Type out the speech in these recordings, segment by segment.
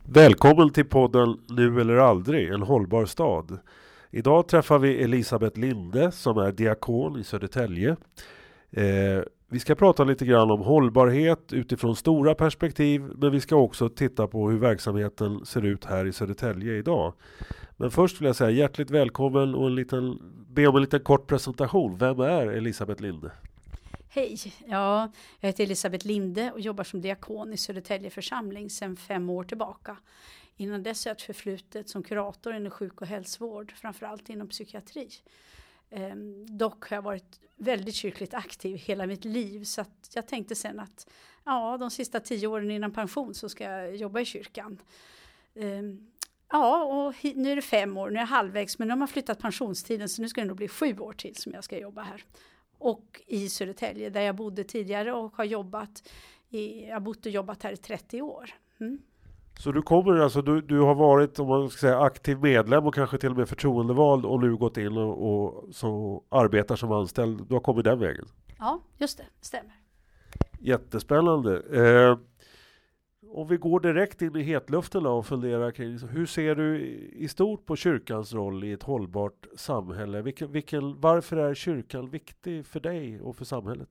Välkommen till podden Nu eller aldrig, en hållbar stad. Idag träffar vi Elisabeth Linde som är diakon i Södertälje. Vi ska prata lite grann om hållbarhet utifrån stora perspektiv, men vi ska också titta på hur verksamheten ser ut här i Södertälje idag. Men först vill jag säga hjärtligt välkommen och be om en liten kort presentation. Vem är Elisabeth Linde? Hej, jag heter Elisabeth Linde och jobbar som diakon i Södertälje församling sedan 5 år tillbaka. Innan dess har jag ett förflutet som kurator inom sjuk- och hälsovård, framförallt inom psykiatri. Dock har jag varit väldigt kyrkligt aktiv hela mitt liv, så att jag tänkte sen att de sista 10 åren innan pension så ska jag jobba i kyrkan. Och nu är det 5 år, nu är jag halvvägs, men nu har man flyttat pensionstiden så nu ska det nog bli 7 år till som jag ska jobba här. Och i Södertälje där jag bodde tidigare och har jobbat här i 30 år. Så du har varit, om man ska säga, aktiv medlem och kanske till och med förtroendevald och nu gått in och så arbetar som anställd. Du har kommit den vägen. Ja, just det. Stämmer. Jättespännande. Om vi går direkt in i hetluften och funderar kring, hur ser du i stort på kyrkans roll i ett hållbart samhälle? Varför är kyrkan viktig för dig och för samhället?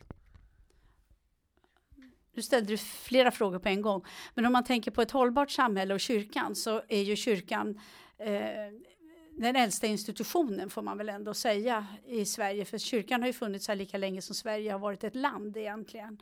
Du ställde flera frågor på en gång. Men om man tänker på ett hållbart samhälle och kyrkan, så är ju kyrkan den äldsta institutionen, får man väl ändå säga, i Sverige. För kyrkan har ju funnits här lika länge som Sverige har varit ett land egentligen.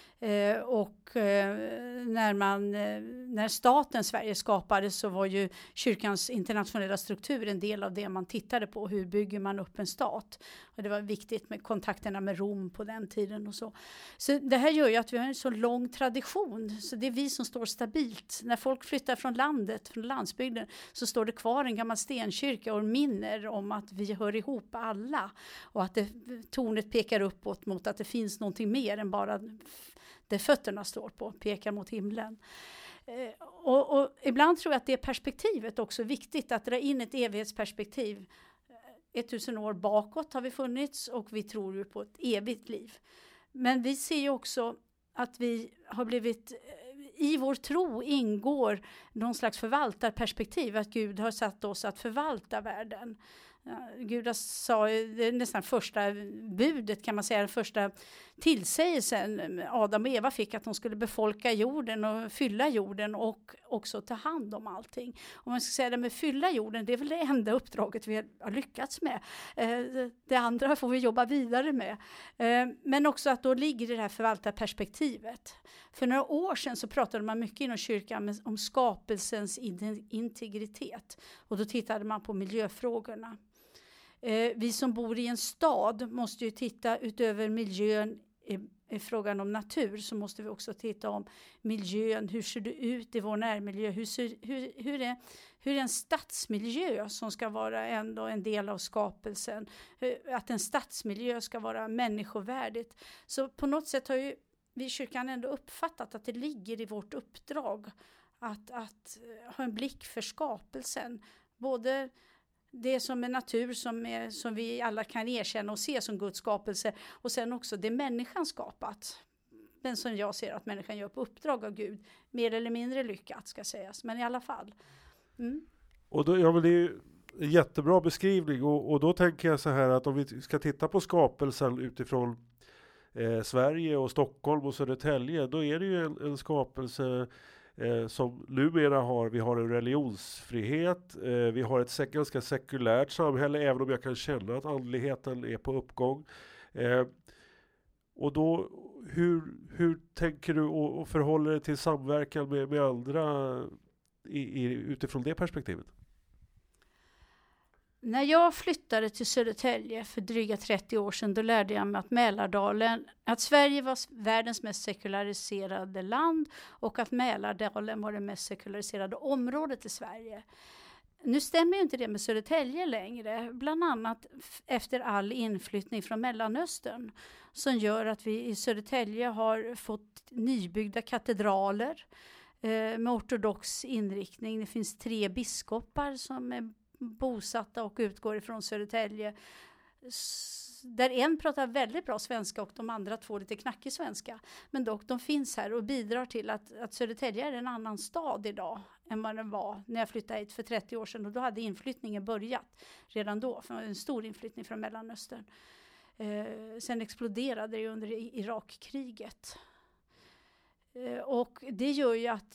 När staten Sverige skapades så var ju kyrkans internationella struktur en del av det man tittade på. Hur bygger man upp en stat? Och det var viktigt med kontakterna med Rom på den tiden och så. Så det här gör ju att vi har en så lång tradition. Så det är vi som står stabilt. När folk flyttar från landet, från landsbygden, så står det kvar en gammal stenkyrka och minner om att vi hör ihop alla. Och att tornet pekar uppåt mot att det finns någonting mer än bara det fötterna står på, pekar mot himlen. Och ibland tror jag att det perspektivet också är viktigt, att dra in ett evighetsperspektiv. 1000 år bakåt har vi funnits och vi tror ju på ett evigt liv. Men vi ser ju också att vi har blivit, i vår tro ingår någon slags förvaltarperspektiv, att Gud har satt oss att förvalta världen. Gud sa, det är nästan första budet kan man säga, den första tillsägelsen Adam och Eva fick, att de skulle befolka jorden och fylla jorden och också ta hand om allting. Om man ska säga det med fylla jorden, det är väl det enda uppdraget vi har lyckats med. Det andra får vi jobba vidare med. Men också att då ligger det här förvaltarperspektivet. För några år sedan så pratade man mycket inom kyrkan om skapelsens integritet. Och då tittade man på miljöfrågorna. Vi som bor i en stad måste ju titta utöver miljön i frågan om natur, så måste vi också titta om miljön. Hur ser det ut i vår närmiljö? Hur är en stadsmiljö som ska vara ändå en del av skapelsen? Att en stadsmiljö ska vara människovärdigt. Så på något sätt har ju vi i kyrkan ändå uppfattat att det ligger i vårt uppdrag att ha en blick för skapelsen. Både det som är natur som vi alla kan erkänna och se som Guds skapelse, och sen också det människan skapat. Men som jag ser att människan gör på uppdrag av Gud. Mer eller mindre lyckat ska sägas, men i alla fall. Och då, men det är ju en jättebra beskrivning, och då tänker jag så här att om vi ska titta på skapelsen utifrån Sverige och Stockholm och Södertälje, då är det ju en skapelse som numera vi har en religionsfrihet, vi har ett ganska sekulärt samhälle, även om jag kan känna att andligheten är på uppgång. Och då, hur tänker du och förhåller dig till samverkan med andra utifrån det perspektivet? När jag flyttade till Södertälje för dryga 30 år sedan, då lärde jag mig att Sverige var världens mest sekulariserade land och att Mälardalen var det mest sekulariserade området i Sverige. Nu stämmer ju inte det med Södertälje längre, bland annat efter all inflyttning från Mellanöstern, som gör att vi i Södertälje har fått nybyggda katedraler med ortodox inriktning. Det finns 3 biskopar som är bosatta och utgår ifrån Södertälje, där en pratar väldigt bra svenska och de andra 2 lite knackig svenska, men dock de finns här och bidrar till att Södertälje är en annan stad idag än vad den var när jag flyttade hit för 30 år sedan. Och då hade inflyttningen börjat redan då. För en stor inflyttning från Mellanöstern. Sen exploderade det under Irakkriget. Och det gör ju att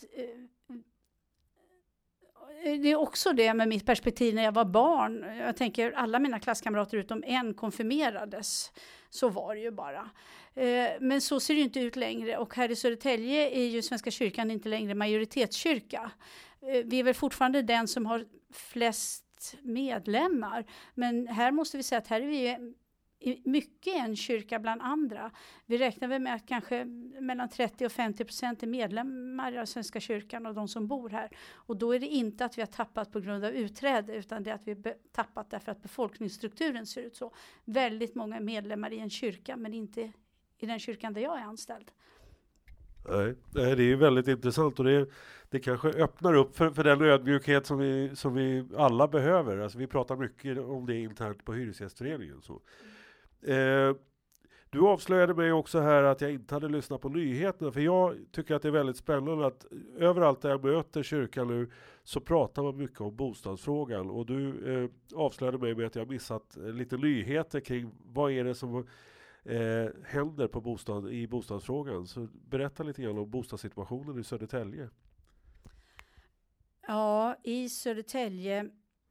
det är också det med mitt perspektiv när jag var barn. Jag tänker alla mina klasskamrater utom en konfirmerades. Så var det ju bara. Men så ser det inte ut längre. Och här i Södertälje är ju Svenska kyrkan inte längre majoritetskyrka. Vi är väl fortfarande den som har flest medlemmar. Men här måste vi säga att här är vi mycket en kyrka bland andra. Vi räknar väl med att kanske mellan 30 och 50% är medlemmar i Svenska kyrkan och de som bor här. Och då är det inte att vi har tappat på grund av utträde utan det är att vi har tappat därför att befolkningsstrukturen ser ut så. Väldigt många är medlemmar i en kyrka men inte i den kyrkan där jag är anställd. Nej, det är väldigt intressant och det kanske öppnar upp för den ödmjukhet som vi alla behöver. Alltså vi pratar mycket om det internt på Hyresgästföreningen. Så. Du avslöjade mig också här att jag inte hade lyssnat på nyheterna, för jag tycker att det är väldigt spännande att överallt där jag möter kyrkan nu så pratar man mycket om bostadsfrågan och du avslöjade mig med att jag missat lite nyheter kring vad är det som händer i bostadsfrågan. Så berätta lite grann om bostadssituationen i Södertälje. Ja, i Södertälje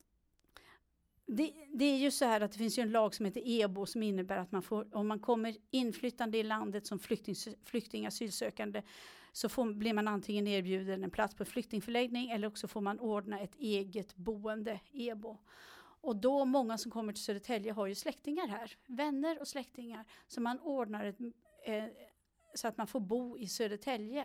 det är ju så här att det finns ju en lag som heter EBO som innebär att man får, om man kommer inflyttande i landet som flykting asylsökande så blir man antingen erbjuden en plats på flyktingförläggning eller också får man ordna ett eget boende, EBO. Och då många som kommer till Södertälje har ju släktingar här, vänner och släktingar, så man ordnar så att man får bo i Södertälje.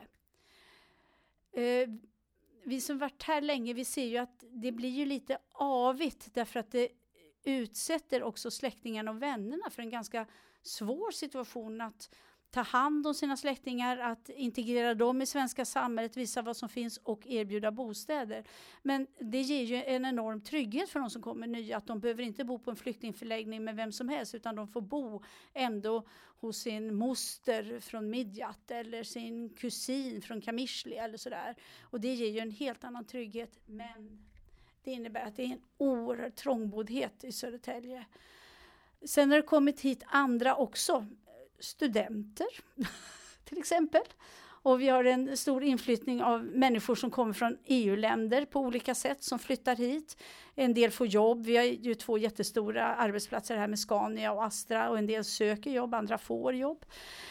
Vi som varit här länge, vi ser ju att det blir ju lite avigt därför att det utsätter också släktingarna och vännerna för en ganska svår situation att ta hand om sina släktingar, att integrera dem i svenska samhället, visa vad som finns och erbjuda bostäder. Men det ger ju en enorm trygghet för de som kommer nya, att de behöver inte bo på en flyktingförläggning med vem som helst, utan de får bo ändå hos sin moster från Midjat eller sin kusin från Kamishli eller sådär. Och det ger ju en helt annan trygghet, men det innebär att det är en oerhörd trångboddhet i Södertälje. Sen har det kommit hit andra också, studenter till exempel. Och vi har en stor inflyttning av människor som kommer från EU-länder på olika sätt som flyttar hit. En del får jobb. Vi har ju 2 jättestora arbetsplatser här med Scania och Astra och en del söker jobb, andra får jobb.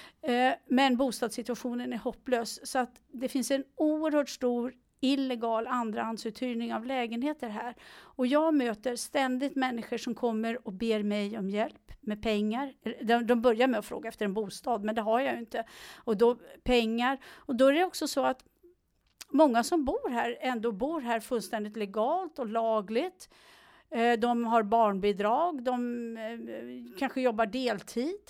Men bostadssituationen är hopplös så att det finns en oerhört stor illegal andrahandsuthyrning av lägenheter här. Och jag möter ständigt människor som kommer och ber mig om hjälp med pengar. De börjar med att fråga efter en bostad, men det har jag ju inte. Och då pengar. Och då är det också så att många som bor här ändå bor här fullständigt legalt och lagligt. De har barnbidrag, de kanske jobbar deltid.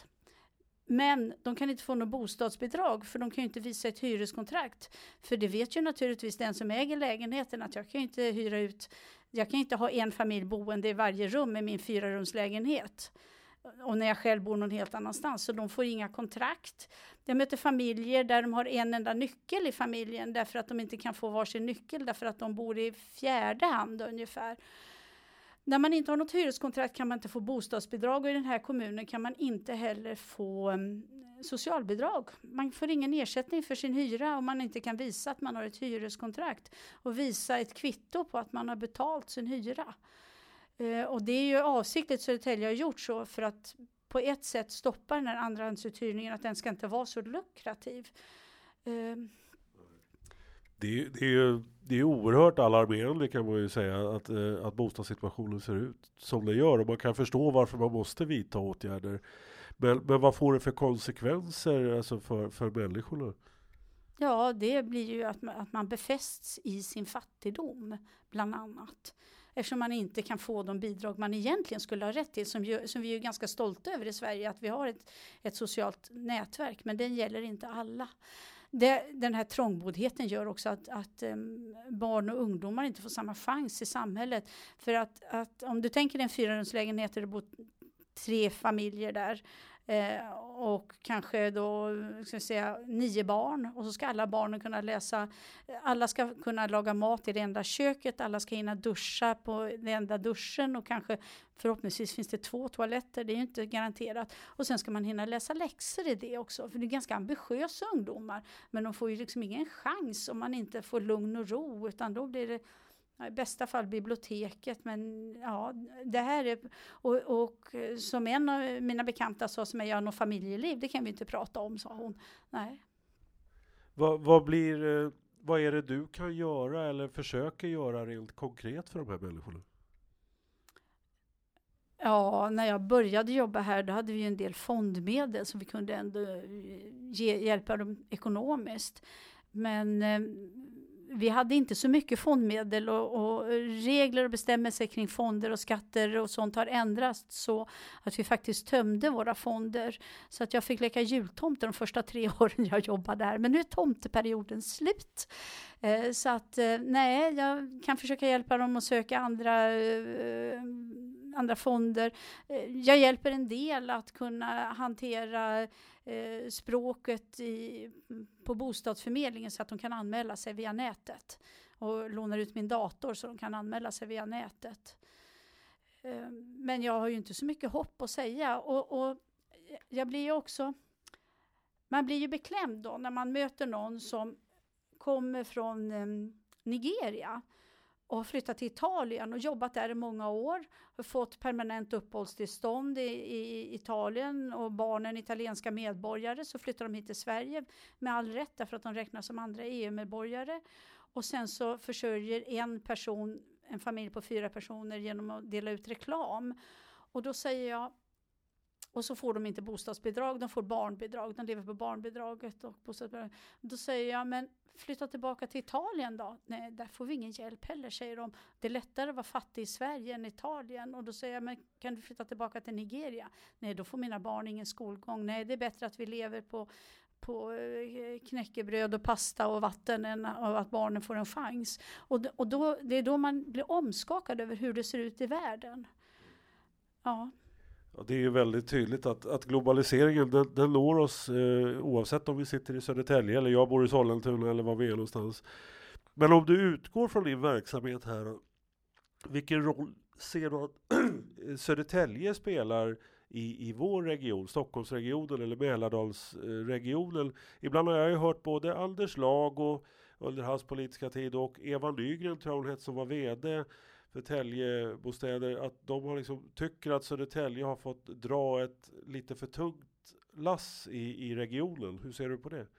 Men de kan inte få något bostadsbidrag för de kan ju inte visa ett hyreskontrakt. För det vet ju naturligtvis den som äger lägenheten att jag kan inte hyra ut, jag kan inte ha en familj boende i varje rum med min 4-rumslägenhet. Och när jag själv bor någon helt annanstans så de får inga kontrakt. Jag möter familjer där de har en enda nyckel i familjen därför att de inte kan få varsin nyckel därför att de bor i fjärde hand ungefär. När man inte har något hyreskontrakt kan man inte få bostadsbidrag och i den här kommunen kan man inte heller få socialbidrag. Man får ingen ersättning för sin hyra om man inte kan visa att man har ett hyreskontrakt och visa ett kvitto på att man har betalt sin hyra. Och det är ju avsiktligt Södertälje har gjort så för att på ett sätt stoppa den här andrahandsuthyrningen, att den ska inte vara så lukrativ. Det är oerhört alarmerande kan man ju säga att bostadssituationen ser ut som det gör och man kan förstå varför man måste vidta åtgärder. Men vad får det för konsekvenser alltså för människorna? Ja, det blir ju att man befästs i sin fattigdom bland annat. Eftersom man inte kan få de bidrag man egentligen skulle ha rätt till som vi är ganska stolta över i Sverige, att vi har ett socialt nätverk, men den gäller inte alla. Den här trångboddheten gör också att barn och ungdomar inte får samma chans i samhället. För att om du tänker dig en 4-rumslägenhet där det bor 3 familjer där. Och kanske då ska vi säga 9 barn, och så ska alla barnen kunna läsa, alla ska kunna laga mat i det enda köket, alla ska hinna duscha på den enda duschen, och kanske förhoppningsvis finns det 2 toaletter, det är ju inte garanterat, och sen ska man hinna läsa läxor i det också, för det är ganska ambitiösa ungdomar, men de får ju liksom ingen chans om man inte får lugn och ro, utan då blir det i bästa fall biblioteket, men ja, det här är, och som en av mina bekanta sa som jag har något familjeliv, det kan vi inte prata om, sa hon. Nej. Vad är det du kan göra eller försöker göra rent konkret för de här människorna? Ja, när jag började jobba här, då hade vi en del fondmedel så vi kunde ändå hjälpa dem ekonomiskt. Men vi hade inte så mycket fondmedel, och regler och bestämmelser kring fonder och skatter och sånt har ändrats så att vi faktiskt tömde våra fonder. Så att jag fick leka jultomte de första 3 åren jag jobbade här. Men nu är tomteperioden slut. Så att nej, jag kan försöka hjälpa dem att söka andra fonder. Jag hjälper en del att kunna hantera språket på bostadsförmedlingen så att de kan anmäla sig via nätet, och lånar ut min dator så de kan anmäla sig via nätet. Men jag har ju inte så mycket hopp att säga, och jag blir ju också, man blir ju beklämd då när man möter någon som kommer från Nigeria och har flyttat till Italien och jobbat där i många år. Har fått permanent uppehållstillstånd i Italien, och barnen italienska medborgare, så flyttar de hit till Sverige med all rätt därför att de räknas som andra EU-medborgare. Och sen så försörjer en familj på 4 personer genom att dela ut reklam. Och då säger jag, och så får de inte bostadsbidrag, de får barnbidrag, de lever på barnbidraget och bostadsbidrag. Då säger jag, men flytta tillbaka till Italien då? Nej, där får vi ingen hjälp heller, säger de. Det är lättare att vara fattig i Sverige än Italien. Och då säger jag, men kan du flytta tillbaka till Nigeria? Nej, då får mina barn ingen skolgång. Nej, det är bättre att vi lever på knäckebröd och pasta och vatten än att barnen får en chans. Och då, det är då man blir omskakad över hur det ser ut i världen. Ja. Ja, det är ju väldigt tydligt att globaliseringen den når oss oavsett om vi sitter i Södertälje eller jag bor i Sollentuna eller var vi är någonstans. Men om du utgår från din verksamhet här, vilken roll ser du att Södertälje spelar i vår region, Stockholmsregionen eller Mälardalsregionen? Ibland har jag ju hört både Anders Lag och under hans politiska tid och Eva Nygren, tror jag hon hette, som var vd för Täljebostäder, att de har liksom, tycker att Södertälje har fått dra ett lite för tungt lass i regionen. Hur ser du på det?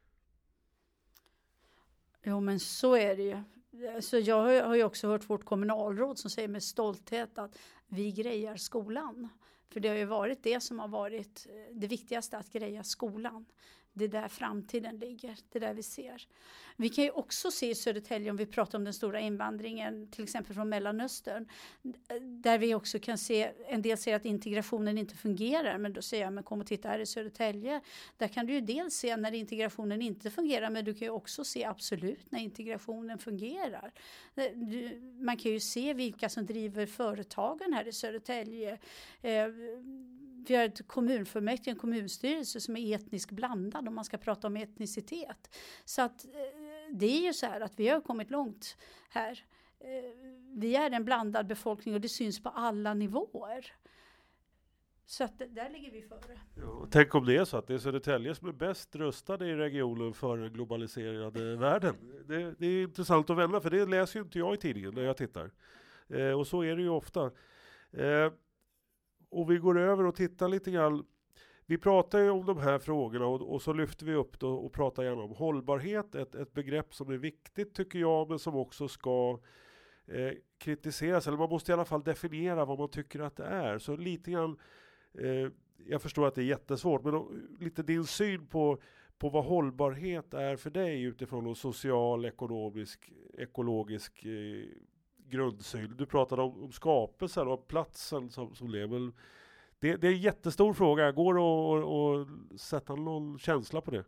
Jo, men så är det ju. Så jag har ju också hört vårt kommunalråd som säger med stolthet att vi grejar skolan. För det har ju varit det som har varit det viktigaste, att greja skolan. Det är där framtiden ligger, det är där vi ser. Vi kan ju också se i Södertälje, om vi pratar om den stora invandringen, till exempel från Mellanöstern, där vi också kan se, en del säger att integrationen inte fungerar, men då säger jag, men kom och titta här i Södertälje. Där kan du ju dels se när integrationen inte fungerar, men du kan ju också se absolut när integrationen fungerar. Man kan ju se vilka som driver företagen här i Södertälje. Vi har ett kommunfullmäktige, en kommunstyrelse som är etnisk blandad, om man ska prata om etnicitet. Så att det är ju så här att vi har kommit långt här. Vi är en blandad befolkning och det syns på alla nivåer. Så att där ligger vi före. Ja, tänk om det är så att det är Södertälje som är bäst rustade i regionen för den globaliserade världen. Det är intressant att vända, för det läser ju inte jag i tidningen när jag tittar. Och så är det ju ofta. Och vi går över och tittar lite grann. Vi pratar ju om de här frågorna och så lyfter vi upp det och pratar gärna om hållbarhet. Ett begrepp som är viktigt tycker jag, men som också ska kritiseras. Eller man måste i alla fall definiera vad man tycker att det är. Så lite grann, jag förstår att det är jättesvårt, men lite din syn på vad hållbarhet är för dig utifrån en social, ekonomisk, ekologisk grundsyn. Du pratade om skapelsen och platsen som lever. Det är en jättestor fråga. Går det att sätta någon känsla på det?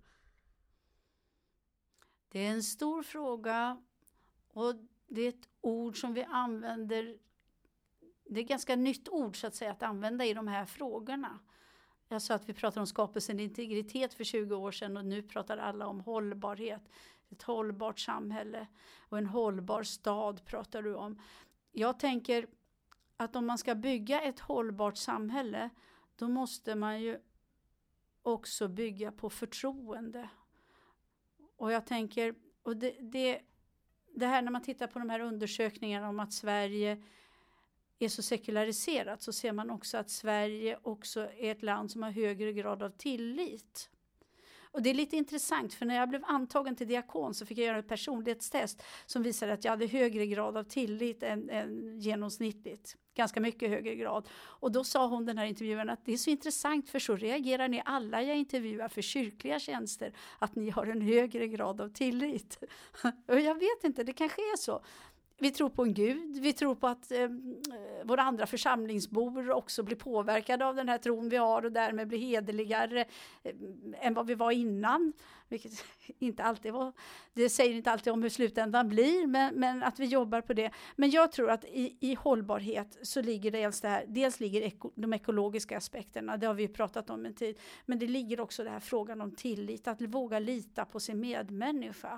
Det är en stor fråga och det är ett ord som vi använder det är ganska nytt ord så att säga att använda i de här frågorna. Jag sa att vi pratade om skapelsen integritet för 20 år sedan och nu pratar alla om hållbarhet. Ett hållbart samhälle och en hållbar stad pratar du om. Jag tänker att om man ska bygga ett hållbart samhälle då måste man ju också bygga på förtroende. Och jag tänker, och det här när man tittar på de här undersökningarna om att Sverige är så sekulariserat så ser man också att Sverige också är ett land som har högre grad av tillit. Och det är lite intressant för när jag blev antagen till diakon så fick jag göra ett personlighetstest som visade att jag hade högre grad av tillit än genomsnittligt. Ganska mycket högre grad. Och då sa hon den här intervjuaren att det är så intressant för så reagerar ni alla jag intervjuar för kyrkliga tjänster att ni har en högre grad av tillit. Och jag vet inte, det kanske är så. Vi tror på en Gud, vi tror på att våra andra församlingsbor också blir påverkade av den här tron vi har och därmed blir hederligare än vad vi var innan. Vilket inte alltid var, det säger inte alltid om hur slutändan blir, men att vi jobbar på det. Men jag tror att i hållbarhet så ligger dels ligger de ekologiska aspekterna, det har vi pratat om en tid, men det ligger också den här frågan om tillit, att våga lita på sin medmänniska.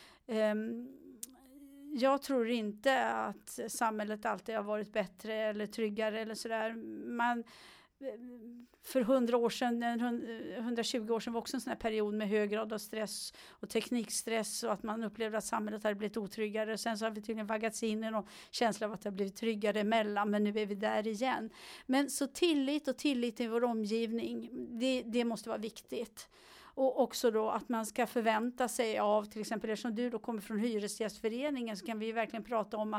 Jag tror inte att samhället alltid har varit bättre eller tryggare eller sådär. För 100 år sedan, 120 år sedan var också en sån här period med hög grad av stress och teknikstress och att man upplevde att samhället hade blivit otryggare. Sen så har vi tydligen vaggats in i någon känsla av att det har blivit tryggare emellan, men nu är vi där igen. Men så tillit i vår omgivning, det måste vara viktigt. Och också då att man ska förvänta sig av, till exempel eftersom du då kommer från Hyresgästföreningen så kan vi verkligen prata om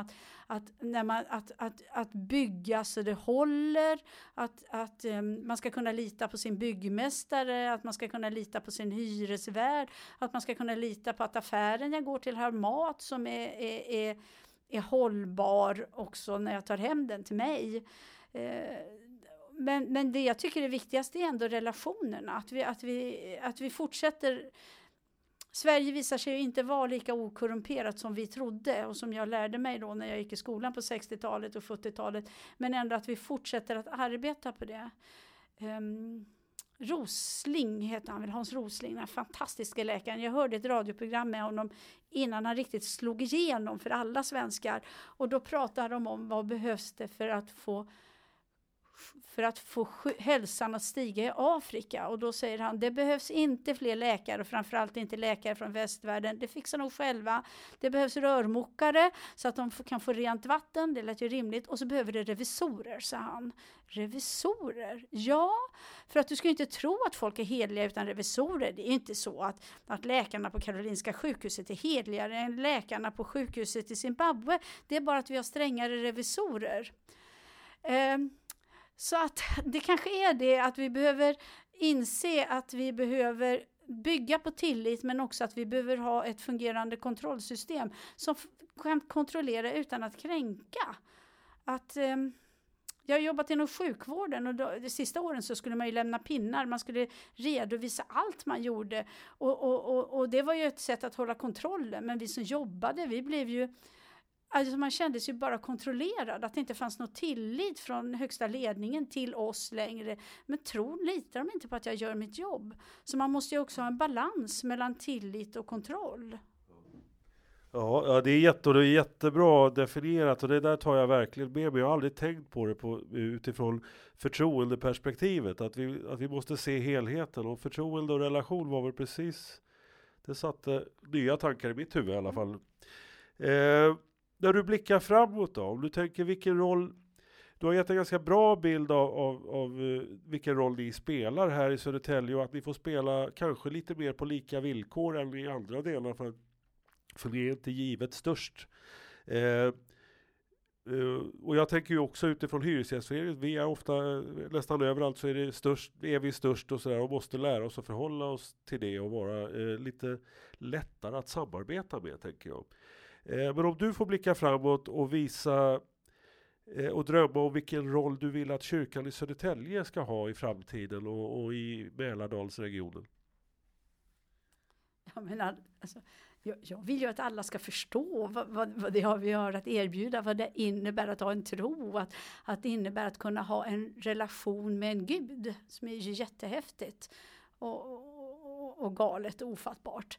att bygga så det håller, att man ska kunna lita på sin byggmästare, att man ska kunna lita på sin hyresvärd, att man ska kunna lita på att affären jag går till har mat som är hållbar också när jag tar hem den till mig. Men det jag tycker är viktigast är ändå relationerna. Att vi fortsätter. Sverige visar sig ju inte vara lika okorrumperat som vi trodde och som jag lärde mig då när jag gick i skolan på 60-talet och 70-talet. Men ändå att vi fortsätter att arbeta på det. Rosling heter han väl, Hans Rosling, den fantastiska läkaren. Jag hörde ett radioprogram med honom innan han riktigt slog igenom för alla svenskar. Och då pratade de om vad behövs det för att få hälsan att stiga i Afrika. Och då säger han, det behövs inte fler läkare och framförallt inte läkare från västvärlden. Det fixar de själva. Det behövs rörmokare så att de kan få rent vatten. Det lät ju rimligt. Och så behöver det revisorer, sa han. Revisorer? Ja, för att du ska inte tro att folk är hedliga utan revisorer. Det är inte så att läkarna på Karolinska sjukhuset är hedligare än läkarna på sjukhuset i Zimbabwe. Det är bara att vi har strängare revisorer. Så att det kanske är det att vi behöver inse att vi behöver bygga på tillit men också att vi behöver ha ett fungerande kontrollsystem som kan kontrollera utan att kränka. Jag har jobbat inom sjukvården och de sista åren så skulle man ju lämna pinnar, man skulle redovisa allt man gjorde och det var ju ett sätt att hålla kontrollen, men vi som jobbade, vi blev ju alltså man kände sig bara kontrollerad, att det inte fanns någon tillit från högsta ledningen till oss längre. Men litar de inte på att jag gör mitt jobb? Så man måste ju också ha en balans mellan tillit och kontroll. Ja, det är jättebra definierat och det där tar jag verkligen med mig. Jag har aldrig tänkt på det utifrån förtroendeperspektivet. Att vi måste se helheten och förtroende och relation var väl precis, det satte nya tankar i mitt huvud i alla fall. När du blickar framåt då, om du tänker vilken roll, du har gett en ganska bra bild av vilken roll ni spelar här i Södertälje och att ni får spela kanske lite mer på lika villkor än i andra delar för det är inte givet störst. Och jag tänker ju också utifrån Hyresgästföreningen, vi är ofta nästan överallt så är vi störst och sådär och måste lära oss att förhålla oss till det och vara lite lättare att samarbeta med, tänker jag. Men om du får blicka framåt och visa och drömma om vilken roll du vill att kyrkan i Södertälje ska ha i framtiden och i Mälardalsregionen. Jag menar, alltså, Jag vill ju att alla ska förstå vad det har vi har att erbjuda, vad det innebär att ha en tro, att det innebär att kunna ha en relation med en Gud, som är ju jättehäftigt och galet och ofattbart.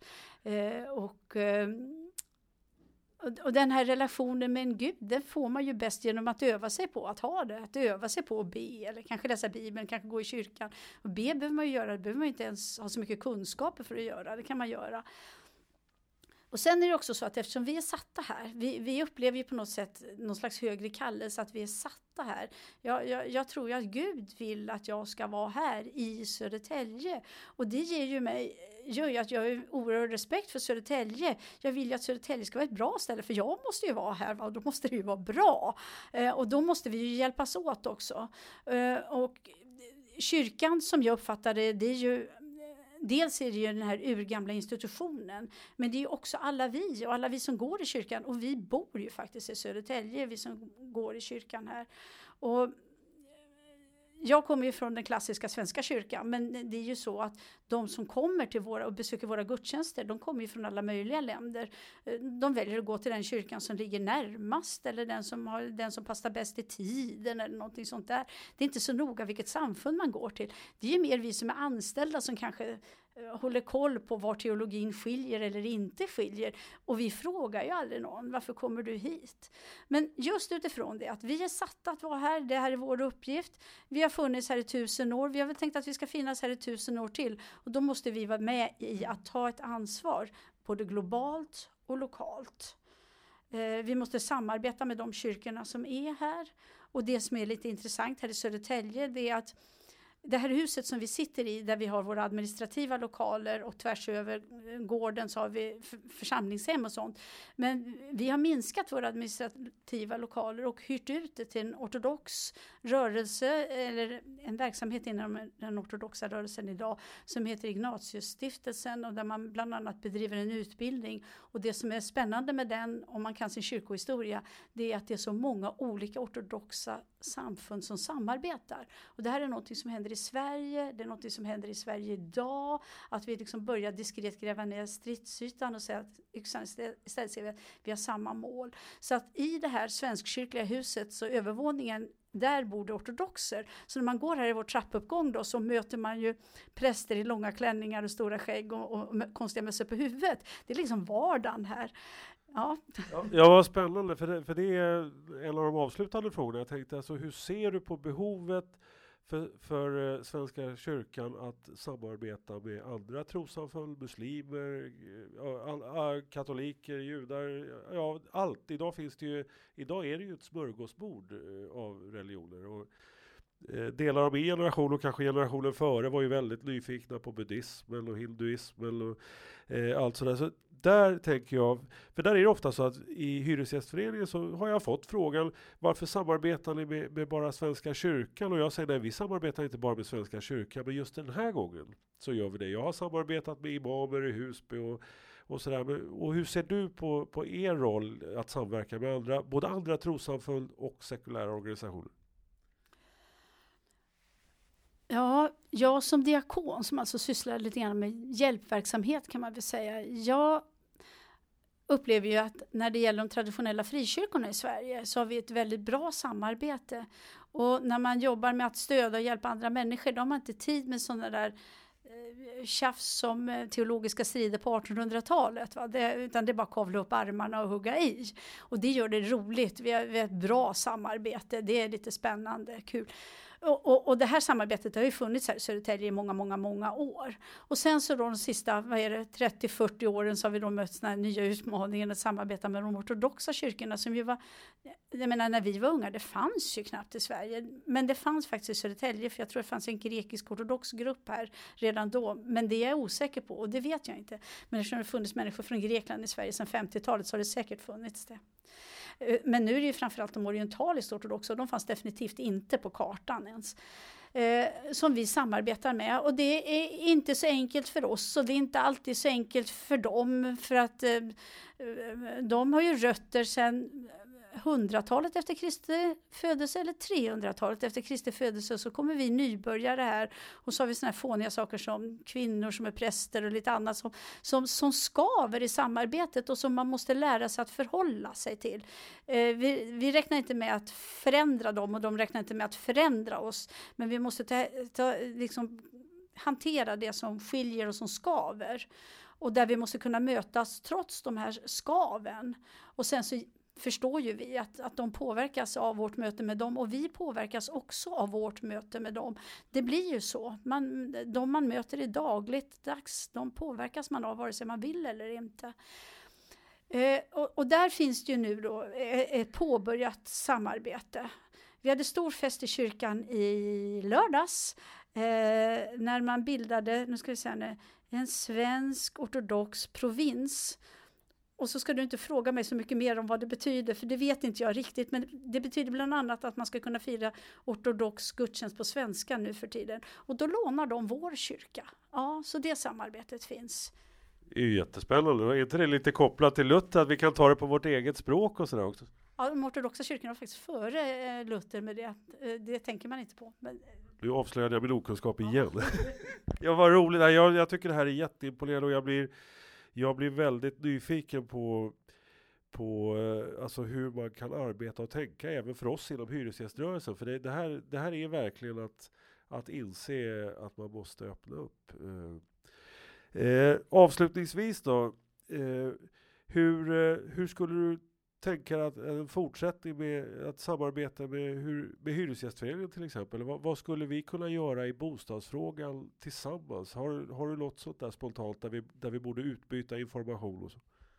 Och den här relationen med en Gud, den får man ju bäst genom att öva sig på att ha det. Att öva sig på att be, eller kanske läsa Bibeln, kanske gå i kyrkan. Och be behöver man ju göra, det behöver man inte ens ha så mycket kunskaper för att göra, det kan man göra. Och sen är det också så att eftersom vi är satta här, vi upplever ju på något sätt någon slags högre kallelse att vi är satta här. Jag tror ju att Gud vill att jag ska vara här i Södertälje. Och det gör ju att jag har oerhörd respekt för Södertälje. Jag vill ju att Södertälje ska vara ett bra ställe, för jag måste ju vara här, och då måste det ju vara bra. Och då måste vi ju hjälpas åt också. Och kyrkan, som jag uppfattar det är ju... Dels är det ju den här urgamla institutionen, men det är ju också alla vi som går i kyrkan, och vi bor ju faktiskt i Södertälje, vi som går i kyrkan här. Och jag kommer ju från den klassiska svenska kyrkan, men det är ju så att de som kommer till och besöker våra gudstjänster, de kommer ju från alla möjliga länder. De väljer att gå till den kyrkan som ligger närmast, eller den som passar bäst i tiden, eller någonting sånt där. Det är inte så noga vilket samfund man går till. Det är ju mer vi som är anställda som kanske håller koll på var teologin skiljer eller inte skiljer. Och vi frågar ju aldrig någon, varför kommer du hit? Men just utifrån det, att vi är satta att vara här, det här är vår uppgift. Vi har funnits här i 1000 år, vi har väl tänkt att vi ska finnas här i 1000 år till. Och då måste vi vara med i att ta ett ansvar, både globalt och lokalt. Vi måste samarbeta med de kyrkorna som är här. Och det som är lite intressant här i Södertälje, det är att det här huset som vi sitter i, där vi har våra administrativa lokaler, och tvärs över gården så har vi församlingshem och sånt. Men vi har minskat våra administrativa lokaler och hyrt ut det till en ortodox rörelse, eller en verksamhet inom den ortodoxa rörelsen idag, som heter Ignatiusstiftelsen, och där man bland annat bedriver en utbildning. Och det som är spännande med den, om man kan sin kyrkohistoria, det är att det är så många olika ortodoxa samfund som samarbetar. Och det här är något som händer i Sverige, det är något som händer i Sverige idag, att vi liksom börjar diskret gräva ner stridsytan och säga att istället ser vi att vi har samma mål. Så att i det här svenskkyrkliga huset, så övervåningen, där bor det ortodoxer. Så när man går här i vår trappuppgång då, så möter man ju präster i långa klänningar och stora skägg och konstiga mössor på huvudet. Det är liksom vardagen här. Ja, vad spännande, för det är en av de avslutande frågorna. Jag tänkte alltså, hur ser du på behovet för Svenska kyrkan att samarbeta med andra trossamfund, muslimer, katoliker, judar, allt. Idag är det ju ett smörgåsbord av religioner, och delar av min generation och kanske generationen före var ju väldigt nyfikna på buddhismen och hinduismen och allt sådär. Så där tänker jag, för där är det ofta så att i Hyresgästföreningen så har jag fått frågan, varför samarbetar ni med bara Svenska kyrkan? Och jag säger, nej, vi samarbetar inte bara med Svenska kyrkan, men just den här gången så gör vi det. Jag har samarbetat med imamer i Husby och sådär. Och hur ser du på er roll att samverka med både andra trossamfund och sekulära organisationer? Ja, jag som diakon, som alltså sysslar lite grann med hjälpverksamhet, kan man väl säga. Jag upplever ju att när det gäller de traditionella frikyrkorna i Sverige så har vi ett väldigt bra samarbete. Och när man jobbar med att stödja och hjälpa andra människor, då har man inte tid med sådana där tjafs som teologiska strider på 1800-talet. Utan det är bara att kavla upp armarna och hugga i. Och det gör det roligt. Vi har ett bra samarbete. Det är lite spännande, kul. Och det här samarbetet har ju funnits här i Södertälje i många år. Och sen så då de sista 30-40 åren så har vi då mött såna här nya utmaningar att samarbeta med de ortodoxa kyrkorna som ju var, jag menar när vi var unga, det fanns ju knappt i Sverige. Men det fanns faktiskt i Södertälje, för jag tror det fanns en grekisk-ortodox grupp här redan då. Men det är jag osäker på och det vet jag inte. Men eftersom det funnits människor från Grekland i Sverige sedan 50-talet så har det säkert funnits det. Men nu är det ju framförallt de orientaliskt ortodoxa, och de fanns definitivt inte på kartan ens. Som vi samarbetar med, och det är inte så enkelt för oss och det är inte alltid så enkelt för dem, för att de har ju rötter sedan 100-talet efter Kristi födelse eller 300-talet efter Kristi födelse, så kommer vi nybörjare här och så har vi såna här fåniga saker som kvinnor som är präster och lite annat som skaver i samarbetet och som man måste lära sig att förhålla sig till. Vi räknar inte med att förändra dem och de räknar inte med att förändra oss, men vi måste hantera det som skiljer och som skaver. Och där vi måste kunna mötas trots de här skaven. Och sen så förstår ju vi att de påverkas av vårt möte med dem. Och vi påverkas också av vårt möte med dem. Det blir ju så. De man möter i dagligdags, de påverkas man av vare sig man vill eller inte. Och där finns det ju nu då ett påbörjat samarbete. Vi hade stor fest i kyrkan i lördags. När man bildade, en svensk ortodox provins. Och så ska du inte fråga mig så mycket mer om vad det betyder, för det vet inte jag riktigt. Men det betyder bland annat att man ska kunna fira ortodox gudstjänst på svenska nu för tiden. Och då lånar de vår kyrka. Ja, så det samarbetet finns. Det är ju jättespännande. Är inte det lite kopplat till Luther, att vi kan ta det på vårt eget språk och sådär också? Ja, de ortodoxa kyrkorna var faktiskt före Luther med det. Det tänker man inte på. Men... Nu avslöjade jag min okunskap igen. Ja, vad roligt. Jag tycker det här är jätteimponerande och jag blir väldigt nyfiken på alltså hur man kan arbeta och tänka även för oss inom hyresgäströrelsen. För det här är verkligen att inse att man måste öppna upp. Avslutningsvis då, hur skulle du tänka att en fortsättning med att samarbeta med Hyresgästföreningen till exempel? Vad skulle vi kunna göra i bostadsfrågan tillsammans? Har du något sånt där spontant där vi borde utbyta information och så?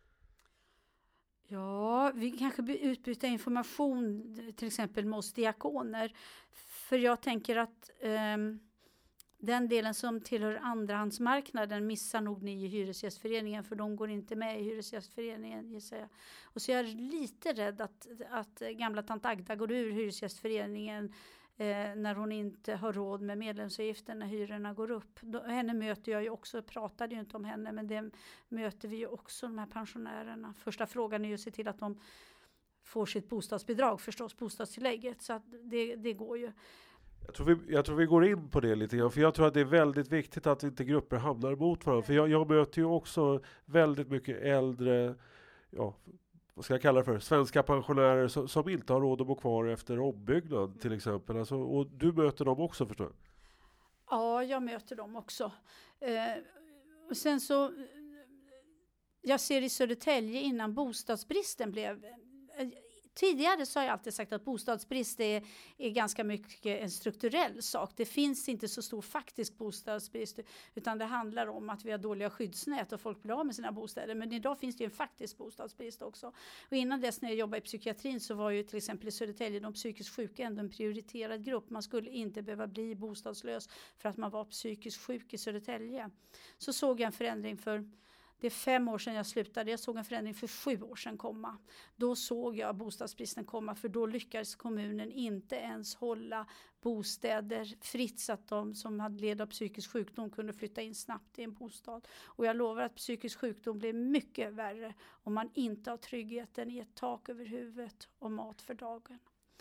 Ja, vi kanske utbyta information till exempel med oss diakoner. För jag tänker att den delen som tillhör andrahandsmarknaden missar nog ni i Hyresgästföreningen, för de går inte med i Hyresgästföreningen, gissar jag. Och så är jag lite rädd att gamla tant Agda går ur Hyresgästföreningen när hon inte har råd med medlemsavgiften när hyrorna går upp. Henne möter jag ju också, pratade ju inte om henne, men det möter vi ju också, de här pensionärerna. Första frågan är ju att se till att de får sitt bostadsbidrag, förstås bostadstillägget, så att det går ju. Jag tror vi går in på det lite grann, för jag tror att det är väldigt viktigt att inte grupper hamnar mot varandra. För jag möter ju också väldigt mycket äldre, vad ska jag kalla det för, svenska pensionärer som inte har råd att bo kvar efter ombyggnad till exempel. Alltså, och du möter dem också, förstår jag? Ja, jag möter dem också. Och sen så, jag ser i Södertälje innan bostadsbristen blev... Tidigare så har jag alltid sagt att bostadsbrist är ganska mycket en strukturell sak. Det finns inte så stor faktisk bostadsbrist, utan det handlar om att vi har dåliga skyddsnät och folk blir av med sina bostäder. Men idag finns det ju en faktisk bostadsbrist också. Och innan dess när jag jobbade i psykiatrin så var ju till exempel i Södertälje de psykiskt sjuka ändå en prioriterad grupp. Man skulle inte behöva bli bostadslös för att man var psykiskt sjuk i Södertälje. Så såg jag en förändring det är 5 år sedan jag slutade. Jag såg en förändring för 7 år sedan komma. Då såg jag bostadsbristen komma, för då lyckades kommunen inte ens hålla bostäder fritt så att de som hade led av psykisk sjukdom kunde flytta in snabbt i en bostad. Och jag lovar att psykisk sjukdom blir mycket värre om man inte har tryggheten i ett tak över huvudet och mat för dagen.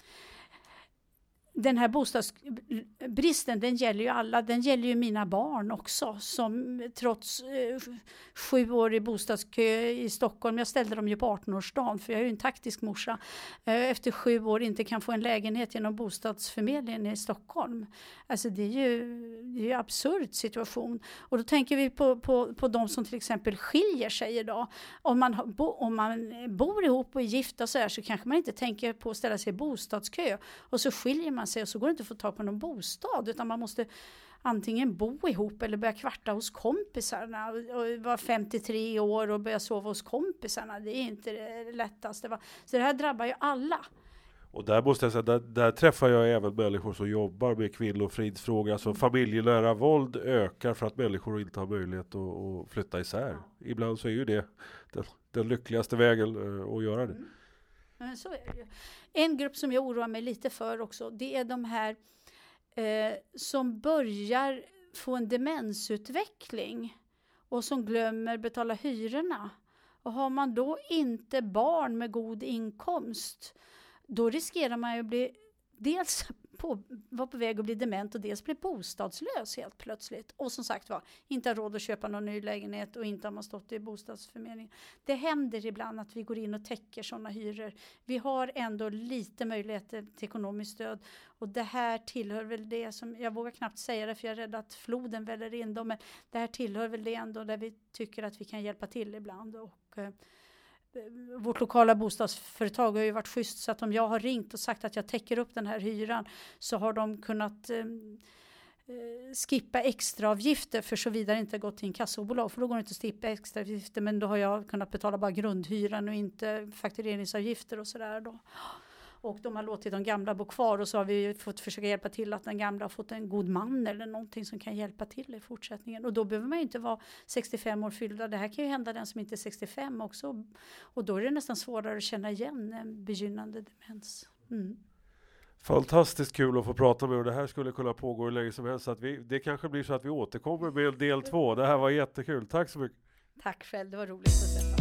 Den här bostadsbristen, den gäller ju alla. Den gäller ju mina barn också, som trots 7 år i bostadskö i Stockholm, jag ställde dem ju på 18-årsdagen för jag är ju en taktisk morsa, efter 7 år inte kan få en lägenhet genom bostadsförmedlingen i Stockholm. Alltså det är ju en absurd situation. Och då tänker vi på de som till exempel skiljer sig idag. Om man bor ihop och är gifta så kanske man inte tänker på att ställa sig i bostadskö, och så skiljer man sig och så går det inte att få tag på någon bostad, utan man måste antingen bo ihop eller börja kvarta hos kompisarna och vara 53 år och börja sova hos kompisarna. Det är inte det lättaste. Så det här drabbar ju alla. Och där måste jag säga, där träffar jag även människor som jobbar med kvinnofridsfrågor. Alltså familjenära våld ökar för att människor inte har möjlighet att flytta isär. Ja. Ibland så är ju det den lyckligaste vägen att göra det. Men så är det ju. En grupp som jag oroar mig lite för också, det är de här som börjar få en demensutveckling och som glömmer betala hyrorna. Och har man då inte barn med god inkomst, då riskerar man ju att bli dels vara på väg att bli dement och dels bli bostadslös helt plötsligt. Och som sagt var, inte har råd att köpa någon ny lägenhet och inte har man stått i bostadsförmedlingen. Det händer ibland att vi går in och täcker sådana hyror. Vi har ändå lite möjligheter till ekonomiskt stöd. Och det här tillhör väl det som, jag vågar knappt säga det för jag är rädd att floden väller in dem. Men det här tillhör väl det ändå där vi tycker att vi kan hjälpa till ibland. Och vårt lokala bostadsföretag har ju varit schysst så att om jag har ringt och sagt att jag täcker upp den här hyran så har de kunnat skippa extraavgifter för så vidare inte gått till en kassobolag för då går det inte att skippa extraavgifter men då har jag kunnat betala bara grundhyran och inte faktureringsavgifter och sådär då. Och de har låtit de gamla bo kvar och så har vi fått försöka hjälpa till att den gamla har fått en god man eller någonting som kan hjälpa till i fortsättningen. Och då behöver man ju inte vara 65 år fyllda. Det här kan ju hända den som inte är 65 också. Och då är det nästan svårare att känna igen en begynnande demens. Mm. Fantastiskt kul att få prata med och det här skulle kunna pågå hur länge som helst. Så att det kanske blir så att vi återkommer med del 2. Det här var jättekul. Tack så mycket. Tack själv, det var roligt att se.